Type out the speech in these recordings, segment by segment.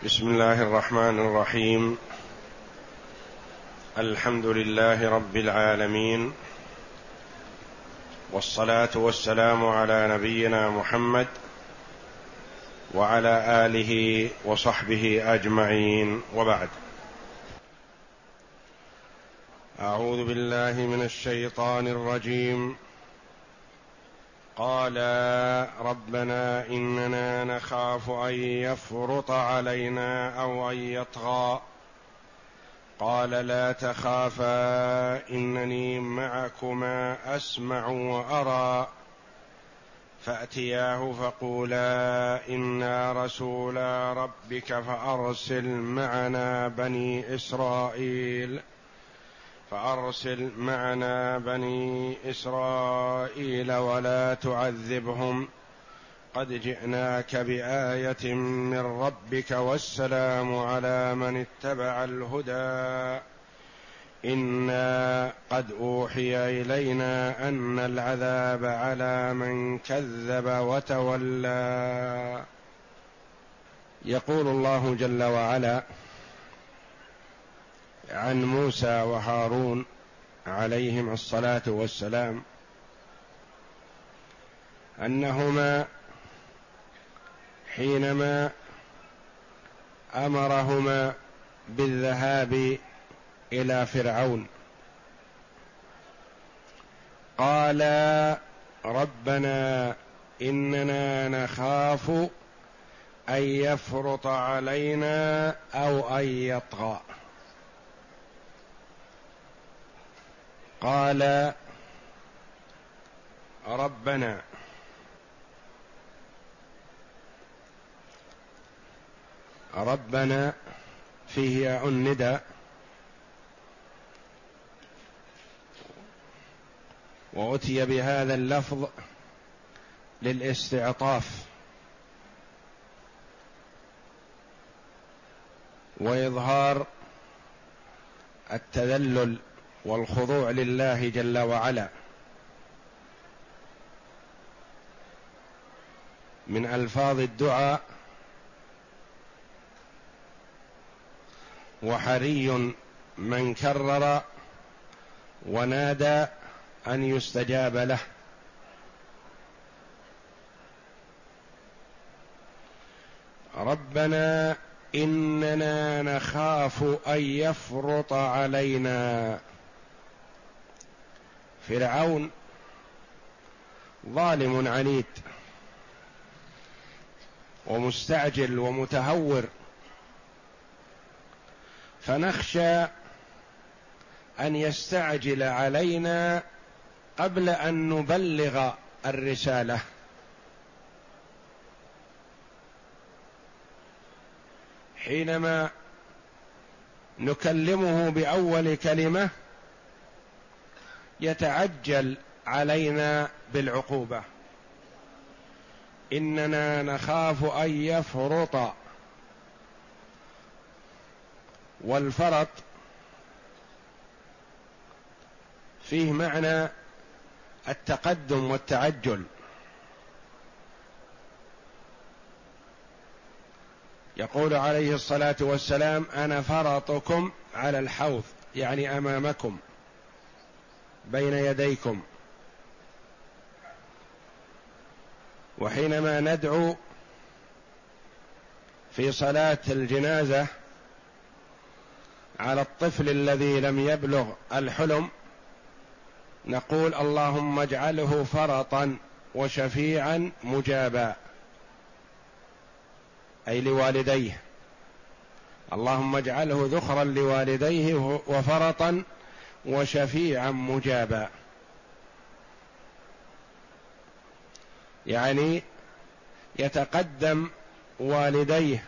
بسم الله الرحمن الرحيم. الحمد لله رب العالمين، والصلاة والسلام على نبينا محمد وعلى آله وصحبه أجمعين، وبعد. أعوذ بالله من الشيطان الرجيم. قال ربنا إننا نخاف أن يفرط علينا أو أن يطغى قال لا تخافا إنني معكما أسمع وأرى فأتياه فقولا إنا رسولا ربك فأرسل معنا بني إسرائيل ولا تعذبهم قد جئناك بآية من ربك والسلام على من اتبع الهدى إنا قد أوحي إلينا أن العذاب على من كذب وتولى. يقول الله جل وعلا عن موسى وهارون عليهم الصلاة والسلام أنهما حينما أمرهما بالذهاب إلى فرعون قالا ربنا إننا نخاف أن يفرط علينا أو أن يطغى. قال ربنا فيه ياء الندى وأتي بهذا اللفظ للاستعطاف وإظهار التذلل والخضوع لله جل وعلا. من ألفاظ الدعاء، وحري من كرر ونادى أن يستجاب له. ربنا إننا نخاف أن يفرط علينا. فرعون ظالم عنيد ومستعجل ومتهور، فنخشى أن يستعجل علينا قبل أن نبلغ الرسالة. حينما نكلمه بأول كلمة يتعجل علينا بالعقوبة. إننا نخاف أن يفرط، والفرط فيه معنى التقدم والتعجل. يقول عليه الصلاة والسلام أنا فرطكم على الحوض، يعني أمامكم بين يديكم. وحينما ندعو في صلاة الجنازة على الطفل الذي لم يبلغ الحلم نقول اللهم اجعله فرطا وشفيعا مجابا، أي لوالديه. اللهم اجعله ذخرا لوالديه وفرطا وشفيعا مجابا، يعني يتقدم والديه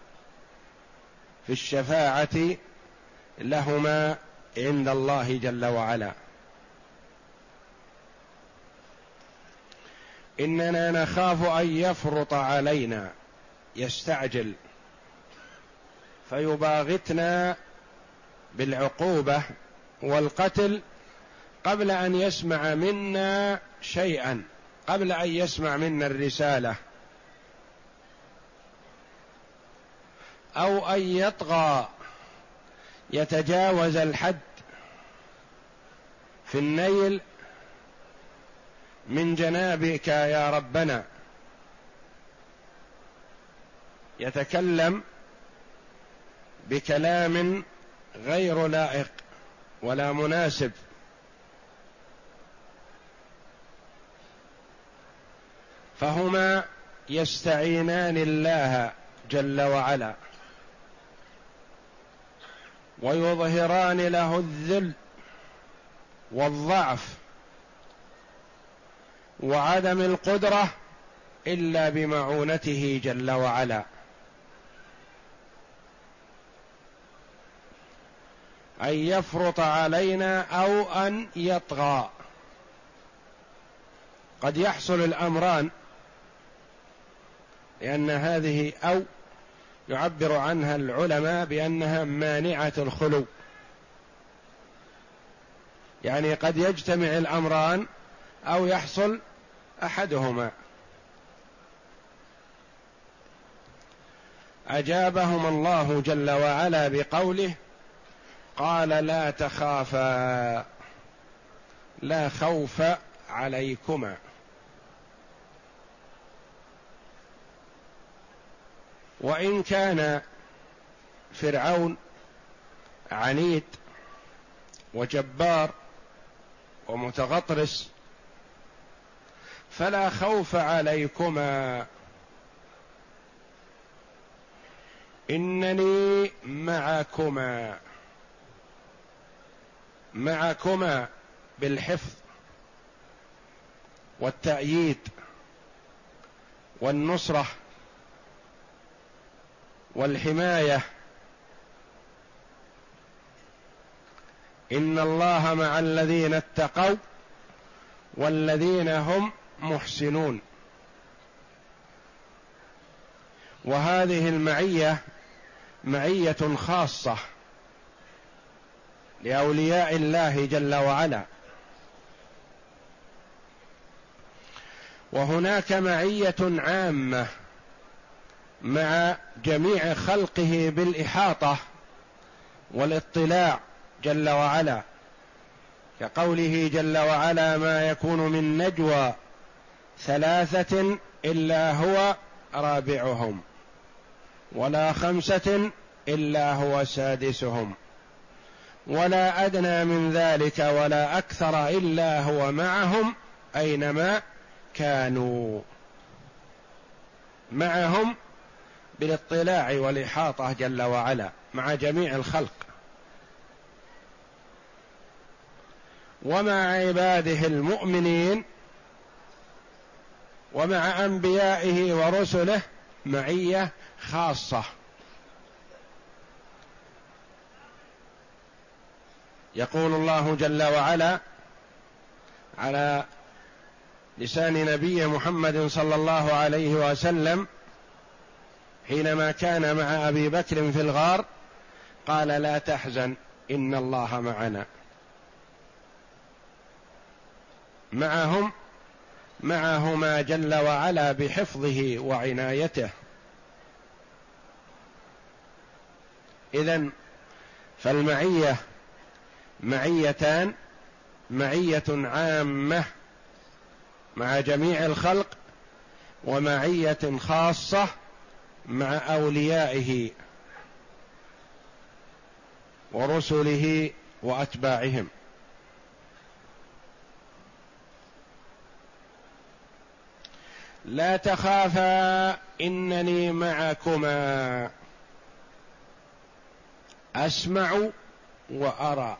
في الشفاعة لهما عند الله جل وعلا. إننا نخاف أن يفرط علينا، يستعجل فيباغتنا بالعقوبة والقتل قبل أن يسمع منا شيئا، قبل أن يسمع منا الرسالة، أو أن يطغى يتجاوز الحد في النيل من جنابك يا ربنا، يتكلم بكلام غير لائق ولا مناسب، فهما يستعينان الله جل وعلا ويظهران له الذل والضعف وعدم القدرة إلا بمعونته جل وعلا. أن يفرط علينا أو أن يطغى. قد يحصل الأمران، لأن هذه أو يعبر عنها العلماء بأنها مانعة الخلو، يعني قد يجتمع الأمران أو يحصل أحدهما. أجابهم الله جل وعلا بقوله: قال لا تخافا لا خوف عليكما. وإن كان فرعون عنيد وجبار ومتغطرس فلا خوف عليكما إنني معكما. معكما بالحفظ والتأييد والنصرة والحماية. إن الله مع الذين اتقوا والذين هم محسنون. وهذه المعية معية خاصة لأولياء الله جل وعلا، وهناك معية عامة مع جميع خلقه بالإحاطة والاطلاع جل وعلا، كقوله جل وعلا: ما يكون من نجوى ثلاثة إلا هو رابعهم ولا خمسة إلا هو سادسهم ولا أدنى من ذلك ولا أكثر إلا هو معهم أينما كانوا. معهم بالاطلاع والإحاطة جل وعلا مع جميع الخلق، ومع عباده المؤمنين ومع أنبيائه ورسله معية خاصة. يقول الله جل وعلا على لسان نبيه محمد صلى الله عليه وسلم حينما كان مع أبي بكر في الغار: قال لا تحزن إن الله معنا. معهما جل وعلا بحفظه وعنايته. إذن فالمعية معيتان: معية عامة مع جميع الخلق، ومعية خاصة مع أوليائه ورسله وأتباعهم. لا تخافا إنني معكما أسمع وأرى.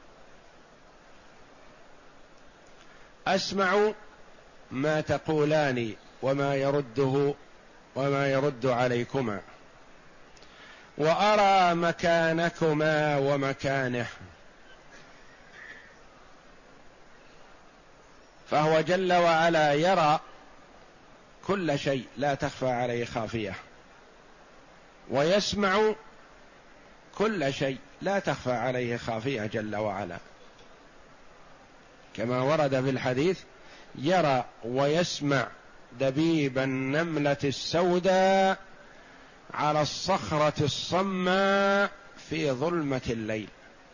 أسمع ما تقولان وما يرد عليكما، وأرى مكانكما ومكانه. فهو جل وعلا يرى كل شيء لا تخفى عليه خافية، ويسمع كل شيء لا تخفى عليه خافية جل وعلا، كما ورد في الحديث: يرى ويسمع دبيب النملة السوداء على الصخرة الصماء في ظلمة الليل،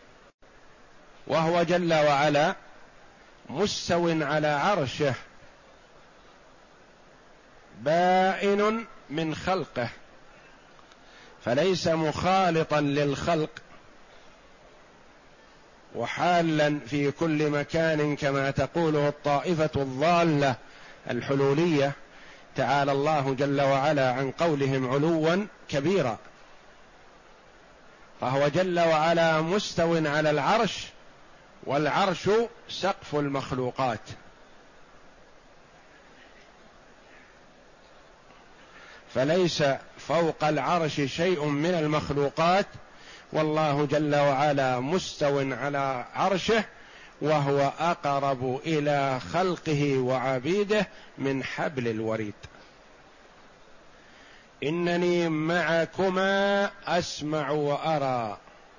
وهو جل وعلا مستو على عرشه بائن من خلقه، فليس مخالطا للخلق وحالا في كل مكان كما تقوله الطائفة الضالة الحلولية، تعالى الله جل وعلا عن قولهم علوا كبيرا. فهو جل وعلا مستو على العرش، والعرش سقف المخلوقات، فليس فوق العرش شيء من المخلوقات، والله جل وعلا مستو على عرشه، وهو أقرب إلى خلقه وعبيده من حبل الوريد. إنني معكما أسمع وأرى،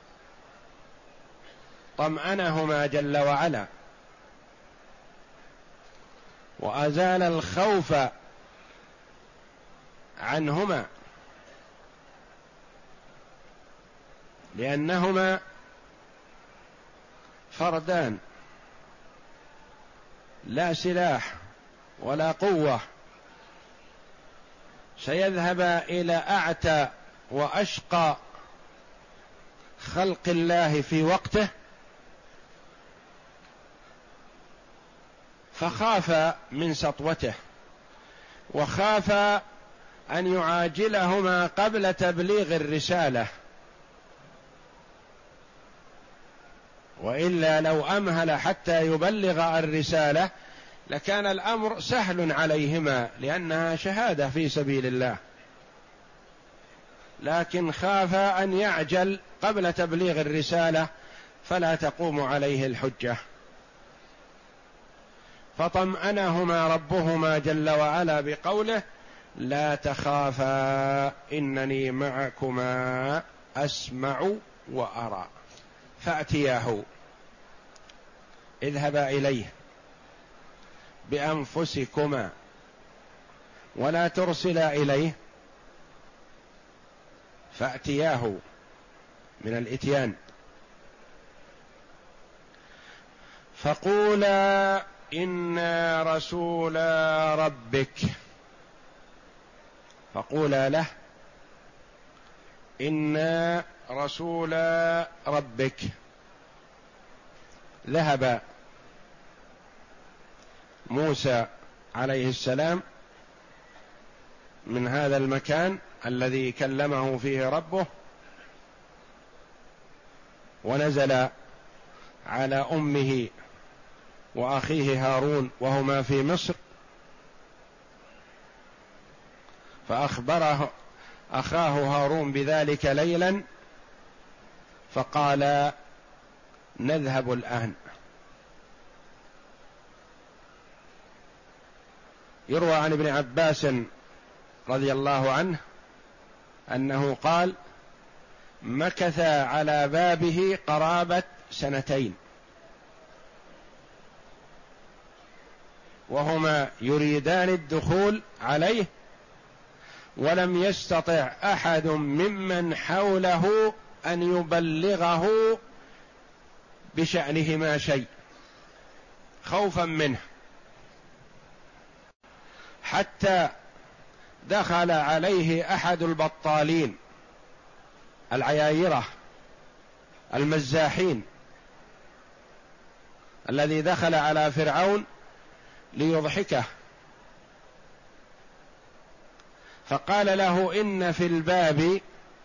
طمأنهما جل وعلا وأزال الخوف عنهما، لأنهما فردان لا سلاح ولا قوة، سيذهب إلى أعتى وأشقى خلق الله في وقته، فخاف من سطوته، وخاف أن يعاجلهما قبل تبليغ الرسالة، وإلا لو أمهل حتى يبلغ الرسالة لكان الأمر سهل عليهما، لأنها شهادة في سبيل الله، لكن خاف أن يعجل قبل تبليغ الرسالة فلا تقوم عليه الحجة، فطمأنهما ربهما جل وعلا بقوله: لا تخافا إنني معكما أسمع وأرى. فأتياه، اذهبا إليه بأنفسكما ولا ترسلا إليه، فأتياه من الإتيان، فقولا إنا رسولا ربك، فقولا له إنا رسولا ربك. ذهب موسى عليه السلام من هذا المكان الذي كلمه فيه ربه، ونزل على أمه وأخيه هارون وهما في مصر، فأخبره أخاه هارون بذلك ليلا، فقال: نذهب الآن. يروى عن ابن عباس رضي الله عنه أنه قال: مكث على بابه قرابة 2 وهما يريدان الدخول عليه، ولم يستطع أحد ممن حوله أن يبلغه بشأنهما شيء خوفا منه، حتى دخل عليه أحد البطالين العيايرة المزاحين الذي دخل على فرعون ليضحكه، فقال له: إن في الباب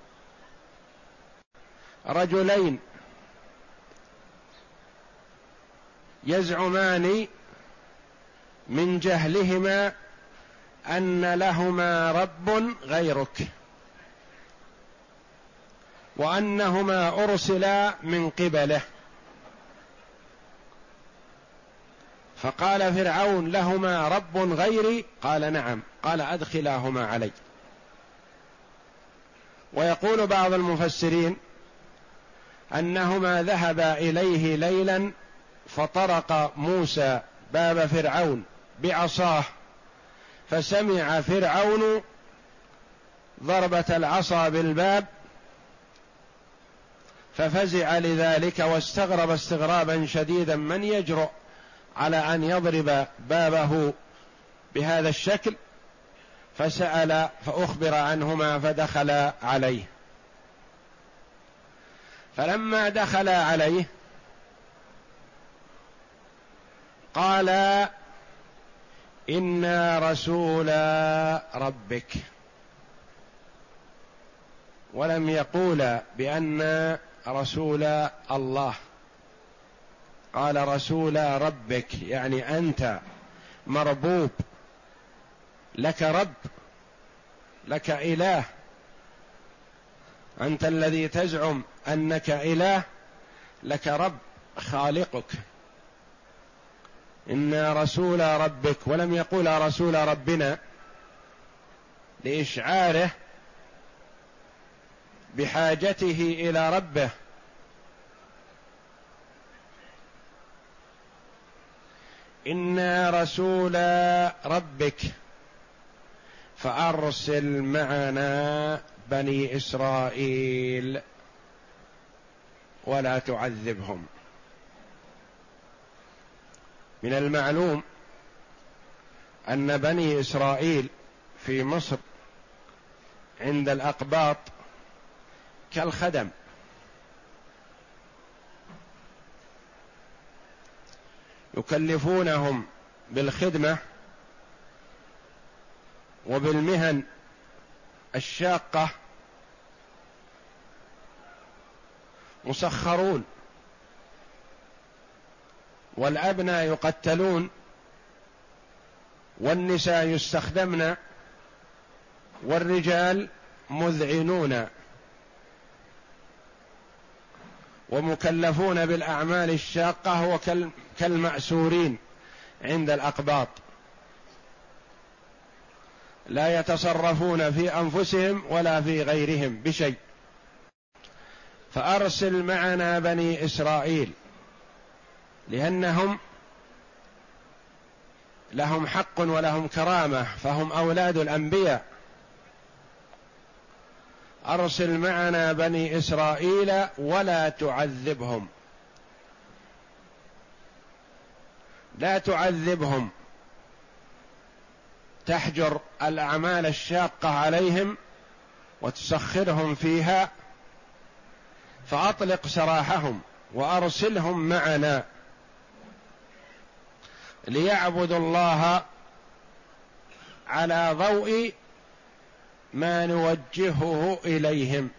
رجلين يزعمان من جهلهما أن لهما رب غيرك، وأنهما أرسلا من قبله. فقال فرعون: لهما رب غيري؟ قال: نعم. قال: أدخلاهما علي. ويقول بعض المفسرين أنهما ذهبا إليه ليلا، فطرق موسى باب فرعون بعصاه، فسمع فرعون ضربة العصا بالباب، ففزع لذلك واستغرب استغرابا شديدا من يجرؤ على أن يضرب بابه بهذا الشكل، فسأل فأخبر عنهما فدخل عليه. فلما دخل عليه قال: إنا رسول ربك، ولم يقول بأن رسول الله، قال رسول ربك، يعني أنت مربوب، لك رب، لك إله، أنت الذي تزعم أنك إله، لك رب خالقك. إنا رسول ربك، ولم يقول رسول ربنا لإشعاره بحاجته إلى ربه. إنا رسول ربك فأرسل معنا بني إسرائيل ولا تعذبهم. من المعلوم أن بني إسرائيل في مصر عند الأقباط كالخدم، يكلفونهم بالخدمة وبالمهن الشاقة، مسخرون، والأبناء يقتلون، والنساء يستخدمن، والرجال مذعنون، ومكلفون بالأعمال الشاقة كالمأسورين عند الأقباط، لا يتصرفون في أنفسهم ولا في غيرهم بشيء. فأرسل معنا بني إسرائيل، لأنهم لهم حق ولهم كرامة، فهم أولاد الأنبياء. أرسل معنا بني إسرائيل ولا تعذبهم، لا تعذبهم، تحجر الأعمال الشاقة عليهم وتسخرهم فيها، فأطلق سراحهم وأرسلهم معنا ليعبدوا الله على ضوء ما نوجهه إليهم.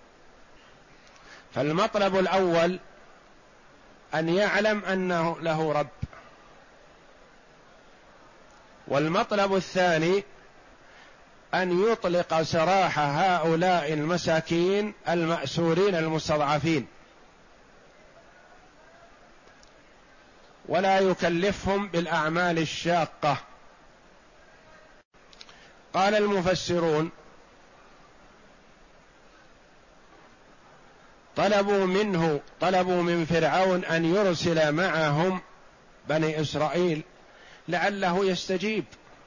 فالمطلب الأول أن يعلم أنه له رب، والمطلب الثاني أن يطلق سراح هؤلاء المساكين المأسورين المستضعفين، ولا يكلفهم بالأعمال الشاقة. قال المفسرون: طلبوا من فرعون أن يرسل معهم بني إسرائيل لعله يستجيب،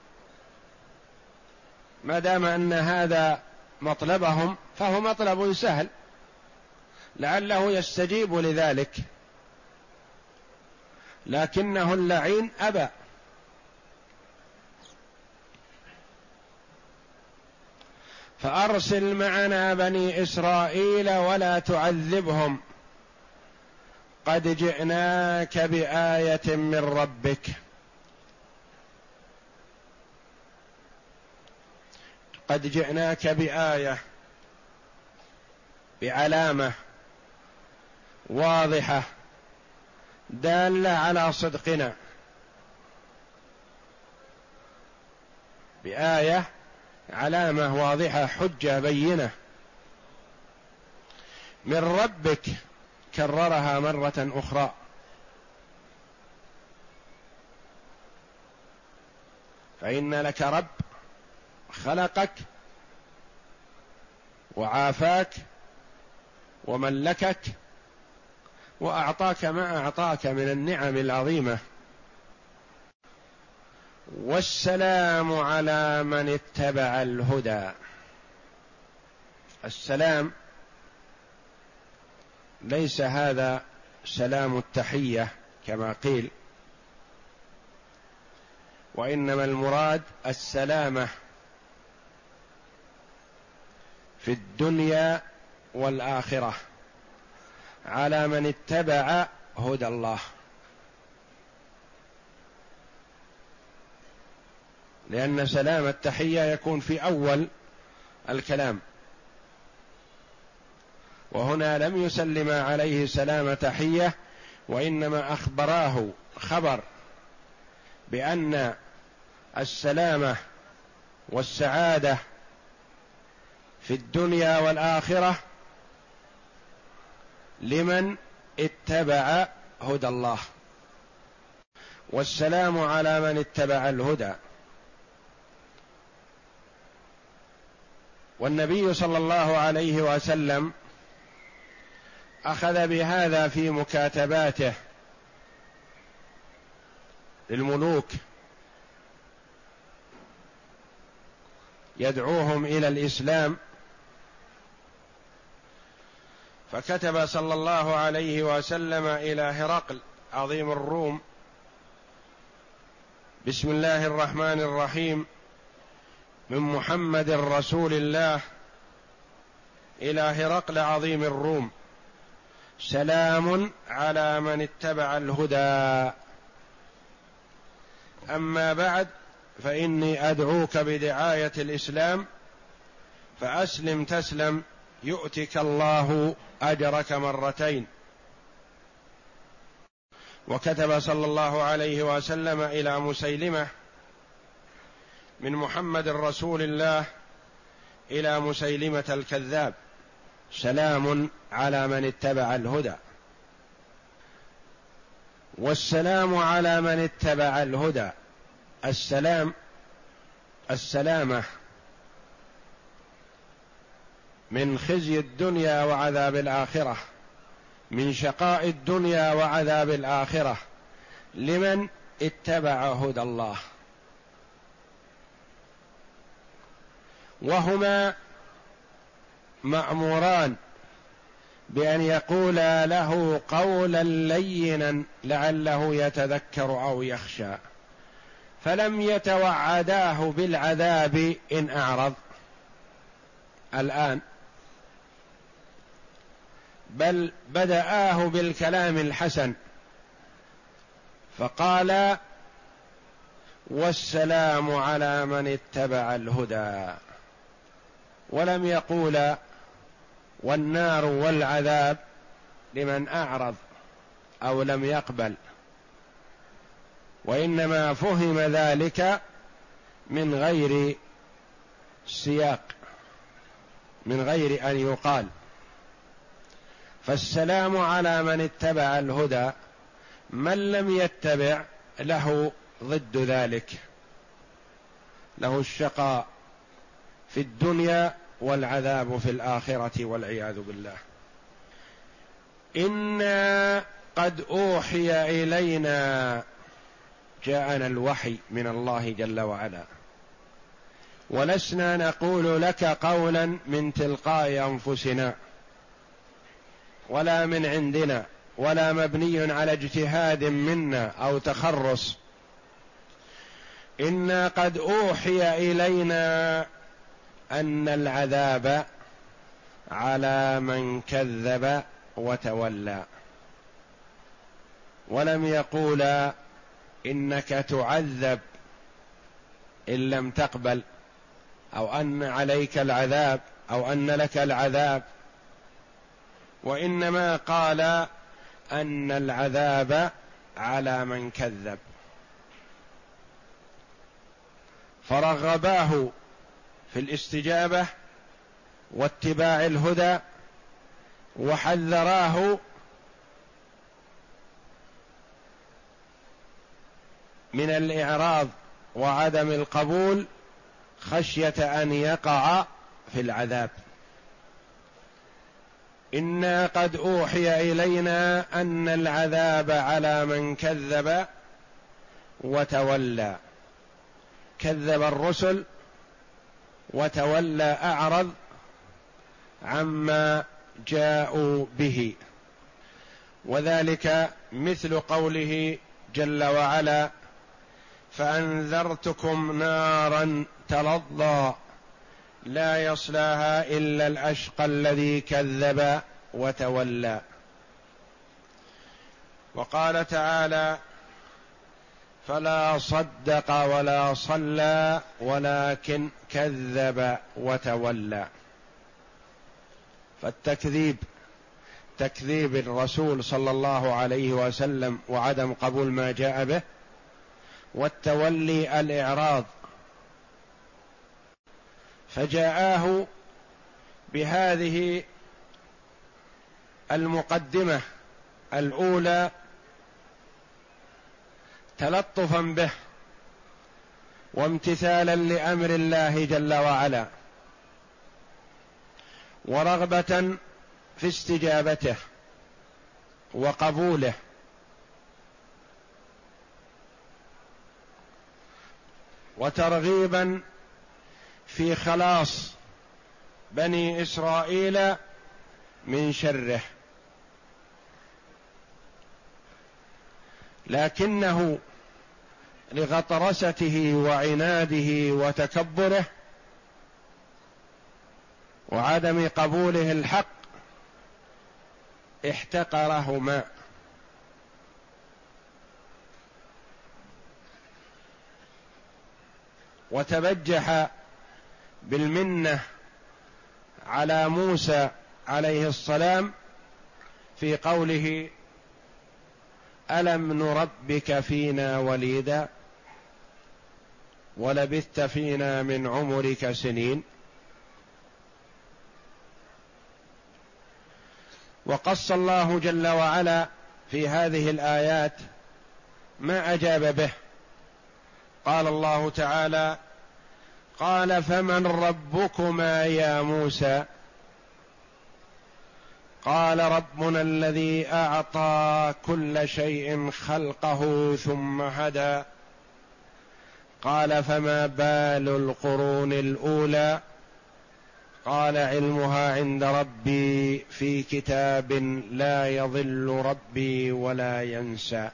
ما دام أن هذا مطلبهم فهو مطلب سهل، لعله يستجيب لذلك، لكنه اللعين أبى. فأرسل معنا بني إسرائيل ولا تعذبهم، قد جئناك بآية من ربك. قد جئناك بآية، بعلامة واضحة دالة على صدقنا، بآية، علامة واضحة، حجة بينة من ربك، كررها مرة أخرى. فإن لك رب خلقك وعافاك وملكك وأعطاك ما أعطاك من النعم العظيمة، والسلام على من اتبع الهدى. السلام ليس هذا سلام التحية كما قيل، وإنما المراد السلامة في الدنيا والآخرة على من اتبع هدى الله، لأن سلام التحية يكون في أول الكلام، وهنا لم يسلم عليه سلام تحية، وإنما أخبراه خبر بأن السلامة والسعادة في الدنيا والآخرة لمن اتبع هدى الله، والسلام على من اتبع الهدى. والنبي صلى الله عليه وسلم أخذ بهذا في مكاتباته للملوك يدعوهم إلى الإسلام، فكتب صلى الله عليه وسلم إلى هرقل عظيم الروم: بسم الله الرحمن الرحيم، من محمد رسول الله إلى هرقل عظيم الروم، سلام على من اتبع الهدى، أما بعد فإني أدعوك بدعاية الإسلام، فأسلم تسلم يؤتك الله أجرك مرتين. وكتب صلى الله عليه وسلم إلى مسيلمة: من محمد رسول الله إلى مسيلمة الكذاب، سلام على من اتبع الهدى. والسلام على من اتبع الهدى، السلامة من خزي الدنيا وعذاب الآخرة، من شقاء الدنيا وعذاب الآخرة لمن اتبع هدى الله. وهما مأموران بأن يقولا له قولا لينا لعله يتذكر أو يخشى، فلم يتوعداه بالعذاب إن أعرض الآن، بل بدأه بالكلام الحسن، فقال: والسلام على من اتبع الهدى، ولم يقول والنار والعذاب لمن أعرض أو لم يقبل، وإنما فهم ذلك من غير سياق، من غير أن يقال. فالسلام على من اتبع الهدى، من لم يتبع له ضد ذلك، له الشقاء في الدنيا والعذاب في الآخرة والعياذ بالله. إنا قد أوحي إلينا، جاءنا الوحي من الله جل وعلا، ولسنا نقول لك قولا من تلقاء أنفسنا ولا من عندنا ولا مبني على اجتهاد منا أو تخرص. إنا قد أوحي إلينا أن العذاب على من كذب وتولى، ولم يقول إنك تعذب إن لم تقبل، أو أن عليك العذاب، أو أن لك العذاب، وإنما قال أن العذاب على من كذب. فرغباه في الاستجابة واتباع الهدى، وحذراه من الإعراض وعدم القبول خشية أن يقع في العذاب. إنا قد أوحي إلينا أن العذاب على من كذب وتولى، كذب الرسل وتولى أعرض عما جاءوا به، وذلك مثل قوله جل وعلا: فأنذرتكم نارا تلظى لا يصلاها إلا الأشقى الذي كذب وتولى. وقال تعالى: فلا صدق ولا صلى ولكن كذب وتولى. فالتكذيب تكذيب الرسول صلى الله عليه وسلم وعدم قبول ما جاء به، والتولي الإعراض. فجاءه بهذه المقدمة الأولى تلطفا به وامتثالا لأمر الله جل وعلا، ورغبة في استجابته وقبوله، وترغيبا في خلاص بني إسرائيل من شره. لكنه لغطرسته وعناده وتكبره وعدم قبوله الحق احتقرهما، وتبجح بالمنة على موسى عليه السلام في قوله: ألم نربك فينا وليدا ولبثت فينا من عمرك سنين. وقص الله جل وعلا في هذه الآيات ما أجاب به. قال الله تعالى: قال فمن ربكما يا موسى؟ قال ربنا الذي أعطى كل شيء خلقه ثم هدى. قال فما بال القرون الأولى؟ قال علمها عند ربي في كتاب لا يضل ربي ولا ينسى.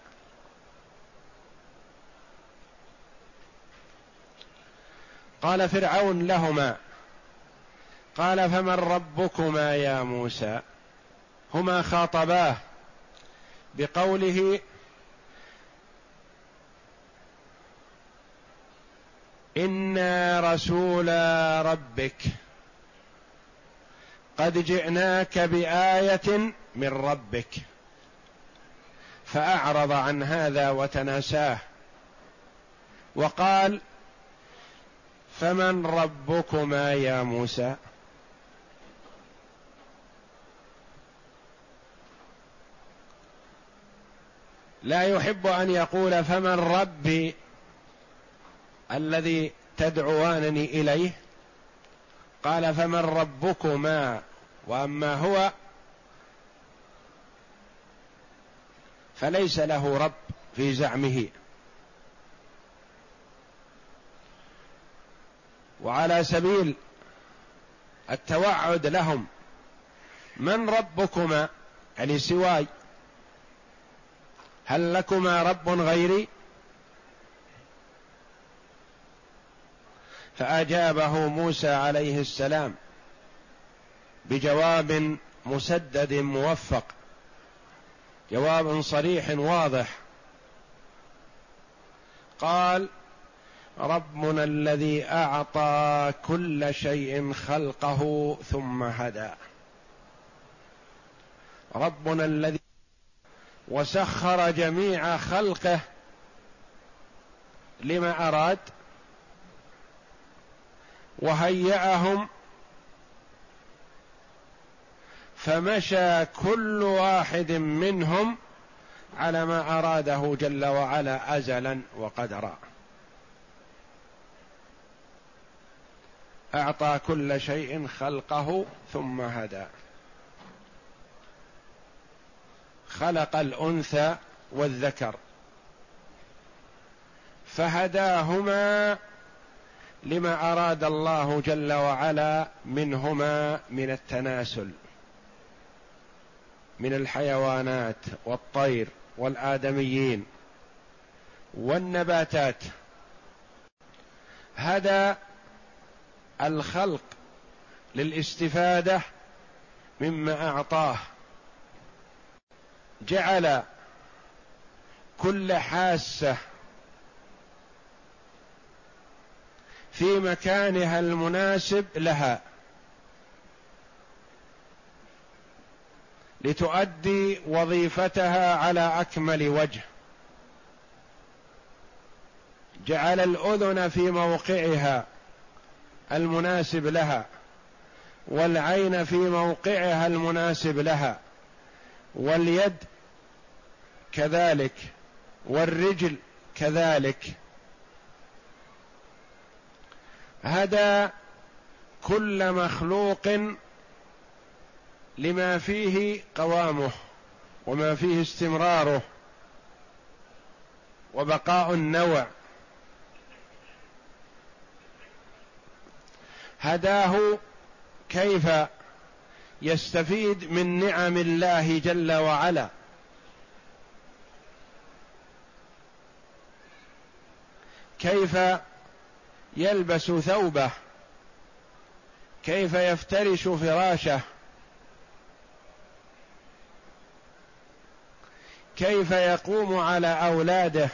قال فرعون لهما: قال فمن ربكما يا موسى؟ هما خاطباه بقوله: إنا رسول ربك قد جئناك بآية من ربك. فأعرض عن هذا وتناساه وقال: فمن ربكما يا موسى؟ لا يحب أن يقول فمن ربي الذي تدعوانني إليه. قال فمن ربكما، وأما هو فليس له رب في زعمه. وعلى سبيل التوعد لهم: من ربكما؟ يعني سواي، هل لكما رب غيري؟ فأجابه موسى عليه السلام بجواب مسدد موفق، جواب صريح واضح. قال: ربنا الذي أعطى كل شيء خلقه ثم هدى. ربنا الذي وسخر جميع خلقه لما أراد، وهيأهم فمشى كل واحد منهم على ما أراده جل وعلا أزلا وقدرا. أعطى كل شيء خلقه ثم هدى. خلق الأنثى والذكر فهداهما لما أراد الله جل وعلا منهما من التناسل من الحيوانات والطير والآدميين والنباتات. هدى الخلق للاستفادة مما أعطاه، جعل كل حاسة في مكانها المناسب لها لتؤدي وظيفتها على أكمل وجه. جعل الأذن في موقعها المناسب لها، والعين في موقعها المناسب لها، واليد كذلك، والرجل كذلك. هدى كل مخلوق لما فيه قوامه وما فيه استمراره وبقاء النوع. هداه كيف يستفيد من نعم الله جل وعلا، كيف يلبس ثوبه، كيف يفترش فراشه، كيف يقوم على أولاده.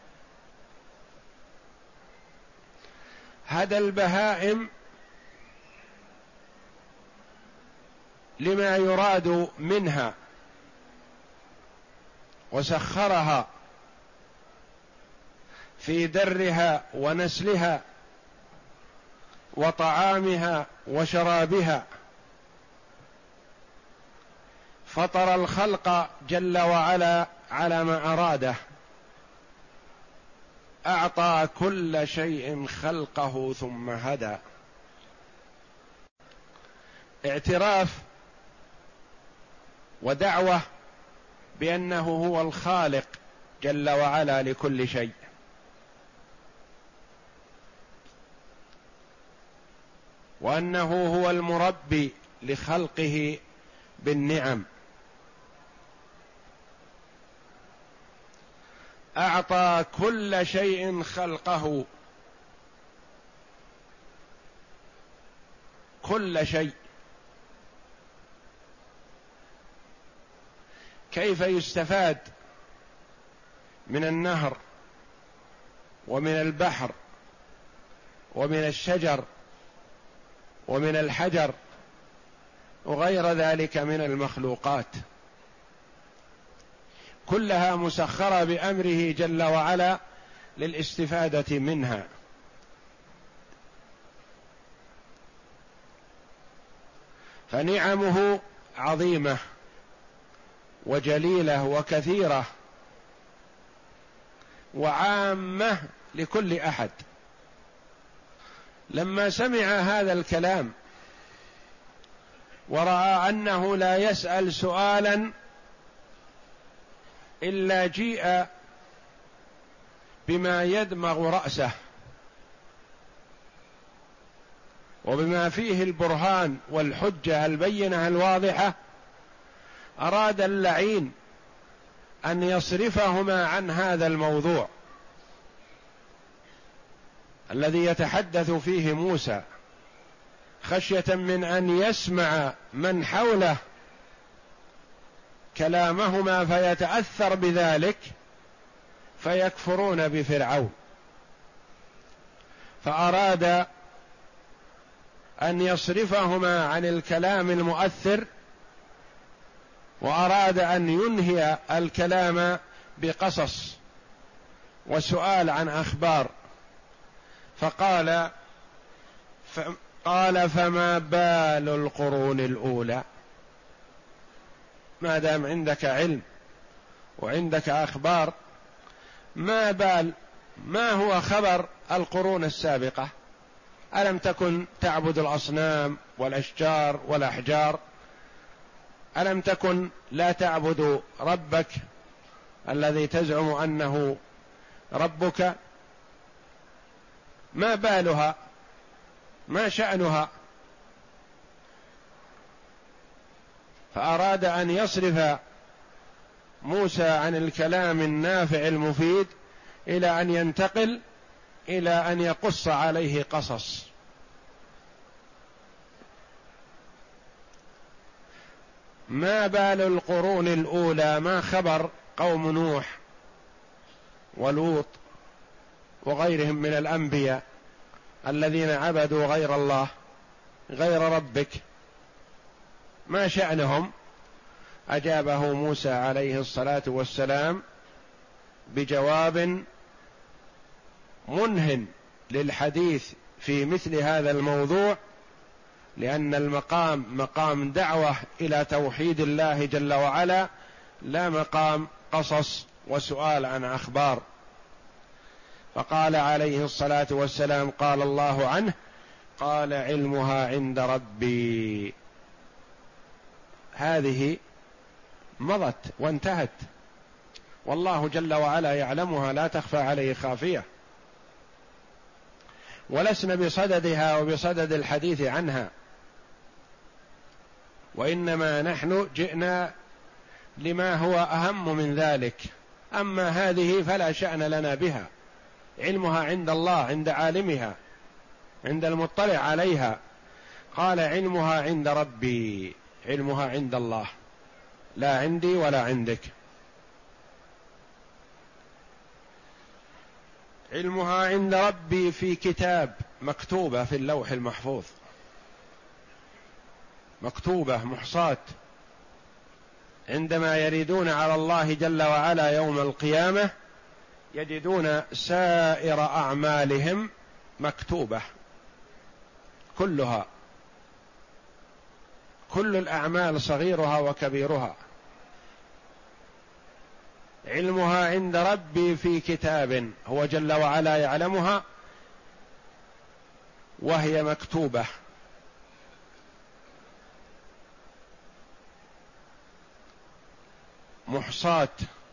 هدى البهائم لما يراد منها وسخرها في درها ونسلها وطعامها وشرابها. فطر الخلق جل وعلا على ما أراده، أعطى كل شيء خلقه ثم هدى. اعتراف ودعوة بأنه هو الخالق جل وعلا لكل شيء، وأنه هو المربي لخلقه بالنعم. أعطى كل شيء خلقه، كل شيء. كيف يستفاد من النهر ومن البحر ومن الشجر ومن الحجر وغير ذلك من المخلوقات، كلها مسخرة بأمره جل وعلا للاستفادة منها. فنعمه عظيمة وجليلة وكثيرة وعامة لكل أحد. لما سمع هذا الكلام ورأى أنه لا يسأل سؤالا إلا جيء بما يدمغ رأسه وبما فيه البرهان والحجة البينة الواضحة، أراد اللعين أن يصرفهما عن هذا الموضوع الذي يتحدث فيه موسى، خشية من أن يسمع من حوله كلامهما فيتأثر بذلك فيكفرون بفرعون. فأراد أن يصرفهما عن الكلام المؤثر، وأراد أن ينهي الكلام بقصص وسؤال عن أخبار. فقال فما بال القرون الأولى؟ ما دام عندك علم وعندك أخبار، ما هو خبر القرون السابقة؟ ألم تكن تعبد الأصنام والأشجار والأحجار؟ ألم تكن لا تعبد ربك الذي تزعم أنه ربك؟ ما بالها ما شأنها؟ فأراد أن يصرف موسى عن الكلام النافع المفيد إلى أن ينتقل إلى أن يقص عليه قصص. ما بال القرون الأولى؟ ما خبر قوم نوح ولوط وغيرهم من الأنبياء الذين عبدوا غير الله غير ربك؟ ما شأنهم؟ أجابه موسى عليه الصلاة والسلام بجواب منهٍ للحديث في مثل هذا الموضوع، لأن المقام مقام دعوة إلى توحيد الله جل وعلا، لا مقام قصص وسؤال عن أخبار. فقال عليه الصلاة والسلام: قال الله عنه: قال علمها عند ربي. هذه مضت وانتهت، والله جل وعلا يعلمها، لا تخفى عليه خافية، ولسنا بصددها وبصدد الحديث عنها، وإنما نحن جئنا لما هو أهم من ذلك. أما هذه فلا شأن لنا بها، علمها عند الله، عند عالمها، عند المطلع عليها. قال: علمها عند ربي، علمها عند الله، لا عندي ولا عندك. علمها عند ربي في كتاب، مكتوبة في اللوح المحفوظ، مكتوبة محصاة، عندما يريدون على الله جل وعلا يوم القيامة يجدون سائر أعمالهم مكتوبة كلها، كل الأعمال صغيرها وكبيرها. علمها عند ربي في كتاب، هو جل وعلا يعلمها وهي مكتوبة. محصاة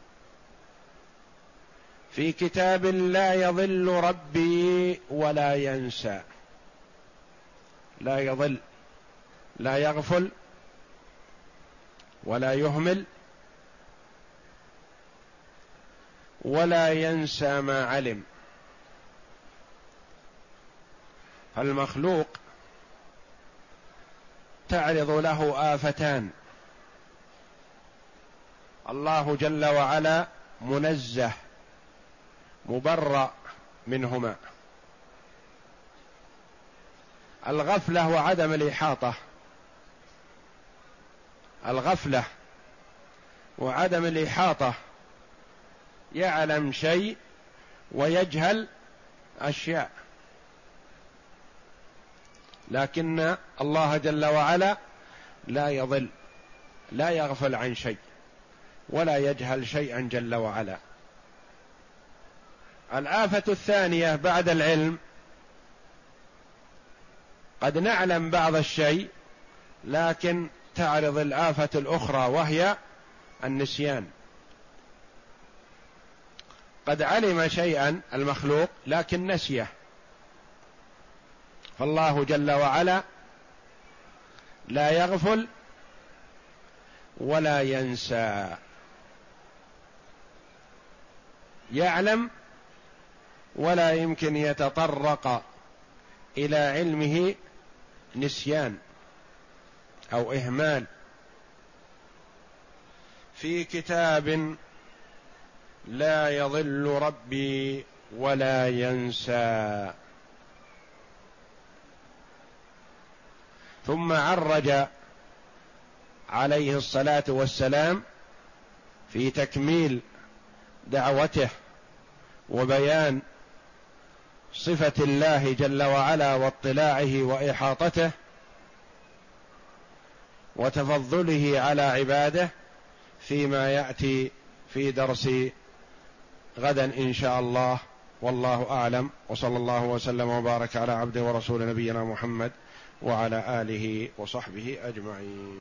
في كتاب لا يضل ربي ولا ينسى، لا يضل، لا يغفل ولا يهمل ولا ينسى ما علم. فالمخلوق تعرض له آفتان، الله جل وعلا منزه مبرأ منهما: الغفلة وعدم الإحاطة. الغفلة وعدم الإحاطة، يعلم شيء ويجهل أشياء، لكن الله جل وعلا لا يضل، لا يغفل عن شيء ولا يجهل شيئا جل وعلا. الآفة الثانية بعد العلم: قد نعلم بعض الشيء لكن تعرض الآفة الأخرى وهي النسيان. قد علم شيئا المخلوق لكن نسيه، فالله جل وعلا لا يغفل ولا ينسى، يعلم ولا يمكن يتطرق إلى علمه نسيان أو إهمال. في كتاب لا يضل ربي ولا ينسى. ثم عرج عليه الصلاة والسلام في تكميل دعوته وبيان صفة الله جل وعلا واطلاعه وإحاطته وتفضله على عباده فيما يأتي في درس غدا إن شاء الله، والله أعلم، وصلى الله وسلم وبارك على عبده ورسول نبينا محمد وعلى آله وصحبه أجمعين.